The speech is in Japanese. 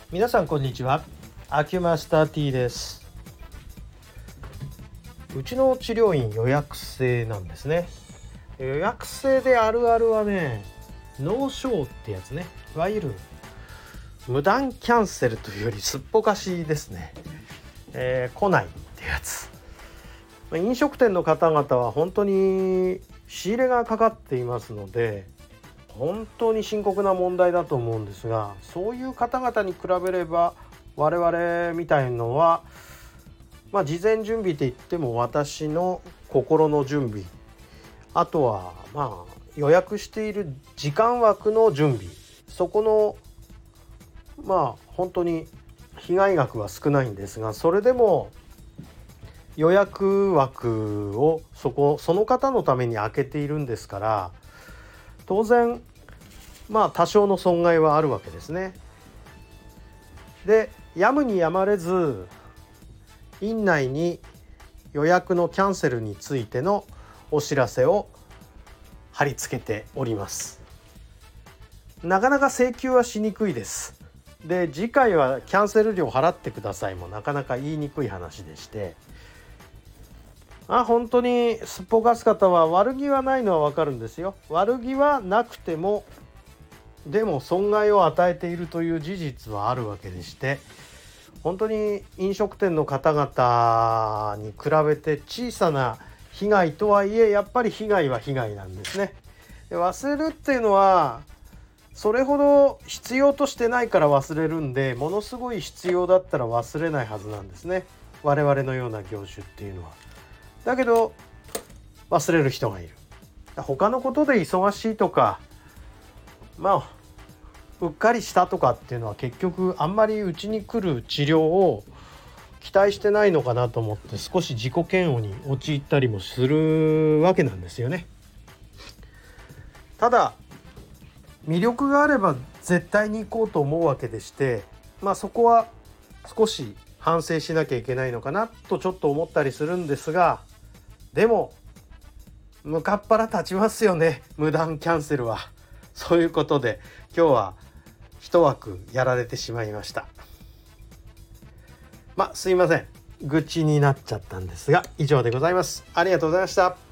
皆さんこんにちは。アキュマスター T です。うちの治療院予約制なんですね。予約制であるあるはね、ノーショーってやつね。いわゆる無断キャンセルというよりすっぽかしですね。来ないってやつ。飲食店の方々は本当に仕入れがかかっていますので、本当に深刻な問題だと思うんですが、そういう方々に比べれば我々みたいのは、事前準備といっても私の心の準備、あとは予約している時間枠の準備、そこの本当に被害額は少ないんですが、それでも予約枠をその方のために空けているんですから、当然多少の損害はあるわけですね。で、やむにやまれず院内に予約のキャンセルについてのお知らせを貼り付けております。なかなか請求はしにくいです。で、次回はキャンセル料払ってくださいもなかなか言いにくい話でして、本当にすっぽかす方は悪気はないのはわかるんですよ。悪気はなくてもでも損害を与えているという事実はあるわけでして、本当に飲食店の方々に比べて小さな被害とはいえ、やっぱり被害は被害なんですね。で、忘れるっていうのはそれほど必要としてないから忘れるんで、ものすごい必要だったら忘れないはずなんですね、我々のような業種っていうのは。だけど忘れる人がいる。他のことで忙しいとかうっかりしたとかっていうのは、結局あんまりうちに来る治療を期待してないのかなと思って、少し自己嫌悪に陥ったりもするわけなんですよね。ただ魅力があれば絶対に行こうと思うわけでして、そこは少し反省しなきゃいけないのかなとちょっと思ったりするんですが、でも向かっ腹立ちますよね、無断キャンセルは。そういうことで今日は一枠やられてしまいました。すいません、愚痴になっちゃったんですが、以上でございます。ありがとうございました。